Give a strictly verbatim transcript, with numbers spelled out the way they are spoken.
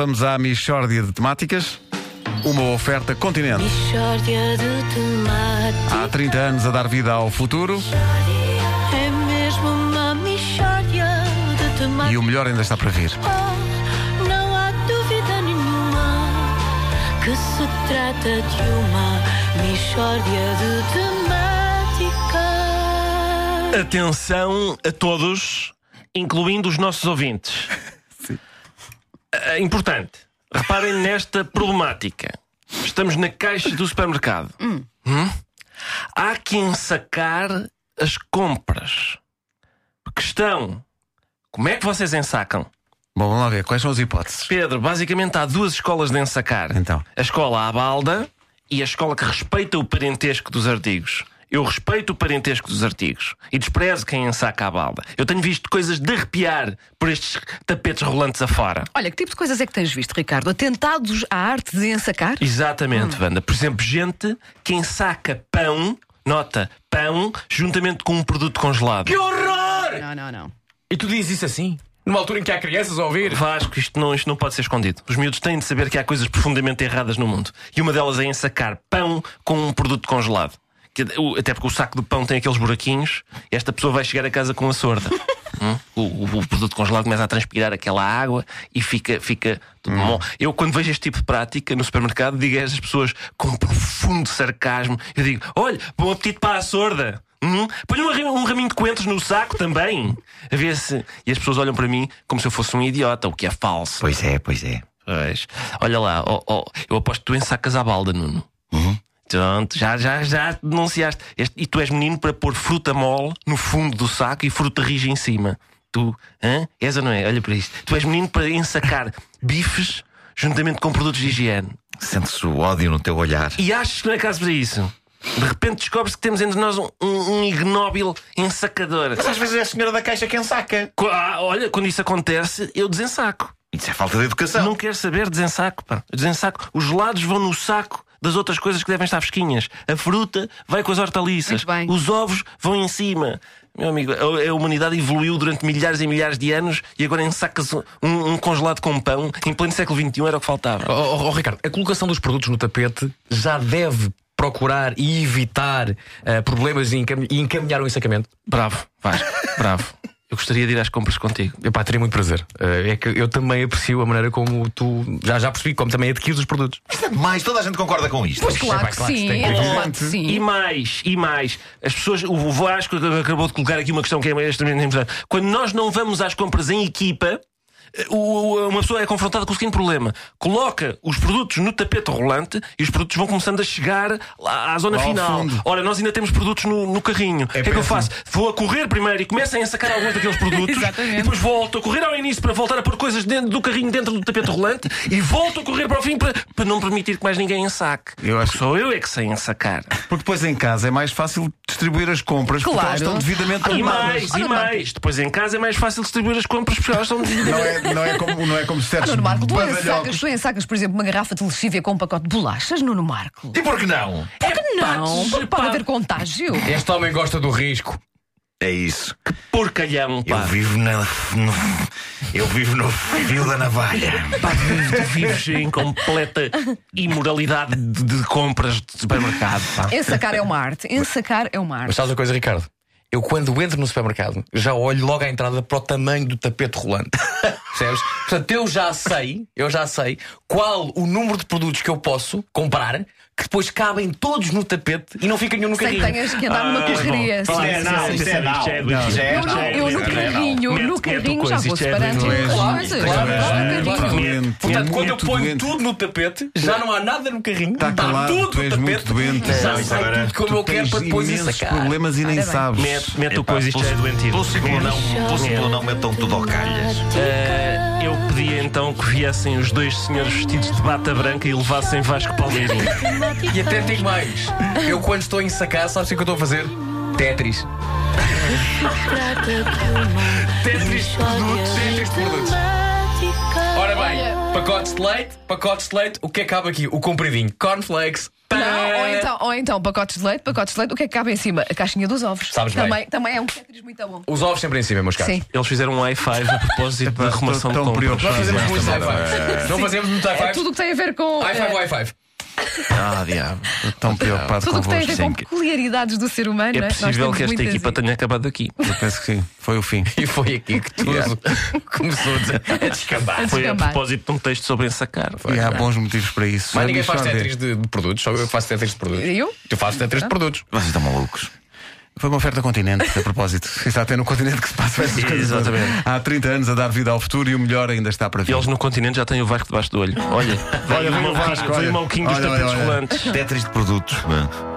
vamos à Mixórdia de Temáticas. Uma oferta Continente. Mixórdia de temáticas. Há trinta anos a dar vida ao futuro. É mesmo uma mixórdia de temáticas. E o melhor ainda está para vir. Oh, não há dúvida nenhuma que se trata de uma mixórdia de temáticas. Atenção a todos, incluindo os nossos ouvintes. Sim. É importante, reparem nesta problemática. Estamos na caixa do supermercado. Hum. Hum? Há que ensacar as compras. Questão: como é que vocês ensacam? Bom, vamos lá ver. Quais são as hipóteses? Pedro, basicamente há duas escolas de ensacar. Então. A escola à balda e a escola que respeita o parentesco dos artigos. Eu respeito o parentesco dos artigos e desprezo quem ensaca à balda. Eu tenho visto coisas de arrepiar por estes tapetes rolantes afora. Olha, que tipo de coisas é que tens visto, Ricardo? Atentados à arte de ensacar? Exatamente, Hum. Wanda. Por exemplo, gente que ensaca pão, nota, pão, juntamente com um produto congelado. Que horror! Não, não, não. E tu dizes isso assim? Numa altura em que há crianças a ouvir? Vasco, isto não, isto não pode ser escondido. Os miúdos têm de saber que há coisas profundamente erradas no mundo. E uma delas é ensacar pão com um produto congelado. Que, o- até porque o saco do pão tem aqueles buraquinhos. Esta pessoa vai chegar a casa com a sorda. Hum? o, o- o produto congelado começa a transpirar aquela água e fica, fica tudo bom. Eu, quando vejo este tipo de prática no supermercado, digo a estas pessoas com um profundo sarcasmo: eu digo, olha, bom apetite para a sorda. Hum? Põe um, arri- um raminho de coentros no saco também. A ver se. E as pessoas olham para mim como se eu fosse um idiota, o que é falso. Pois é, pois é. Pois. Olha lá, oh, oh, eu aposto que tu ensacas à balda, Nuno. Pronto, já, já, já denunciaste. Este, e tu és menino para pôr fruta mole no fundo do saco e fruta rija em cima. Tu, hã? És ou não é? Olha para isto. Tu és menino para ensacar bifes juntamente com produtos de higiene. Sentes o ódio no teu olhar. E achas que não é caso para isso? De repente descobres que temos entre nós um, um, um ignóbil ensacador. Mas às vezes é a senhora da caixa que ensaca. Qu- ah, olha, quando isso acontece, eu desensaco. Isso é falta de educação. Não quero saber, desensaco, pá. Desensaco. Os gelados vão no saco das outras coisas que devem estar fresquinhas. A fruta vai com as hortaliças. Muito bem. Os ovos vão em cima. Meu amigo, a a humanidade evoluiu durante milhares e milhares de anos e agora ensacas um, um congelado com pão. Em pleno século vinte e um era o que faltava. Oh, oh, oh, Ricardo, a colocação dos produtos no tapete já deve procurar e evitar eh, problemas e encam- e encaminhar o ensacamento? Bravo, Vasco, bravo. Eu gostaria de ir às compras contigo. Epá, teria muito prazer. Eh, é que eu também aprecio a maneira como tu já, já percebi, como também adquires os produtos. Isto é demais, toda a gente concorda com isto. Pois claro é, que claro que sim, tem que é ver. claro que sim. E mais, e mais. As pessoas, o Vasco acabou de colocar aqui uma questão que é extremamente importante. Quando nós não vamos às compras em equipa, o- o- uma pessoa é confrontada com o seguinte problema: coloca os produtos no tapete rolante e os produtos vão começando a chegar lá à zona Lá ao final. fundo. Ora, nós ainda temos produtos no, no carrinho. O que é que eu péssimo. faço? Vou a correr primeiro e começo a ensacar alguns daqueles produtos. Exatamente. E depois volto a correr ao início para voltar a pôr coisas dentro do carrinho, dentro do tapete rolante, e volto a correr para o fim para, para não permitir que mais ninguém ensaque. Eu acho- Sou eu é que sei ensacar. Porque depois em casa é mais fácil distribuir as compras porque Claro. elas estão devidamente E armadas. mais, Olha, e Marco. mais. Depois em casa é mais fácil distribuir as compras porque elas estão Não é, não é como, não é como se Ah, teres Nuno Marco, tu ensacas, badalhocos. tu ensacas, por exemplo, uma garrafa de lexívia com um pacote de bolachas, Nuno Marco? E por que não? Por que não? pá, Porque pá. pode haver contágio. Este homem gosta do risco. É isso. porcalhão, Eu pá. vivo na. No, eu vivo no fio da navalha. Pá, tu vives em completa imoralidade de, de compras de supermercado, pá. Ensacar é uma arte. Ensacar é uma Mas arte. sabes uma coisa, Ricardo? Eu, quando entro no supermercado, já olho logo à entrada para o tamanho do tapete rolante. Percebes? Portanto, eu já sei, eu já sei qual o número de produtos que eu posso comprar que depois cabem todos no tapete e não fica nenhum no Sem que carrinho. tenhas que andar numa Ah, correria. bom. Sim, É, sim, não, sim, isto sim. é não. Já Eu, é no- não, eu no isto é não. carrinho, Mete- no mete carrinho o já coisa, vou isto é separando doente. as Claro, coisas. claro, Claro, claro, no claro. carrinho. Doente, Portanto, quando eu muito ponho doente. tudo no tapete, já não há nada no carrinho. Está calado, tudo tu no és tapete. muito doente. Já Não, isso sai agora- tudo como Tu eu quero tens para depois ir imensos sacar. problemas e nem Ora bem. sabes. Mete, mete o Epá, coisa, isto já é doentio. Pelo simples não, pelo simples não metam tudo ao calhas. Ah, eu pedia então que viessem os dois senhores vestidos de bata branca e levassem Vasco Palmeirinho. E até digo mais. Eu, quando estou em sacar, sabes o que eu estou a fazer? Tetris. Tetris de produtos. Tetris de produtos. Ora bem, pacotes de leite, pacotes de leite, o que é que cabe aqui? O compridinho. Cornflakes. Não, ou então, ou então pacotes de leite, pacotes de leite, o que é que cabe em cima? A caixinha dos ovos. Sabes bem. também, também é um Tetris muito bom. Os ovos sempre em cima, meus caros. Sim. Eles fizeram um high five a propósito de arrumação de tão compras. Nós preocupados. fazemos muitos high É. fives. Não fazemos muitos high É fives. tudo o que tem a ver com. High five, eh, high five. Ah, diabo. Tão preocupado tudo o que tem a ver convosco. com peculiaridades do ser humano. É não Nós possível temos que esta muitas equipa e- tenha acabado aqui. Eu penso que sim. Foi o fim. E foi aqui que tudo começou a dizer- a descambar. Foi a Descambar. propósito de um texto sobre ensacar. E há bons motivos para isso. Mas Só ninguém diz faz só Tetris de, de produtos, só eu que faço Tetris de produtos. Eu? Tu fazes Tetris de produtos. Vocês estão malucos. Foi uma oferta continente, a propósito. Está até no continente que se passa essas coisas. Exatamente. Há trinta anos a dar vida ao futuro e o melhor ainda está para E vir. eles no continente já têm o Vasco debaixo do olho. Olha, Olha, veio veio o o Vasco, Vasco, veio olha. o Malquinho dos Olha, olha, tapetes olha. rolantes. Tetris de produtos. Mano.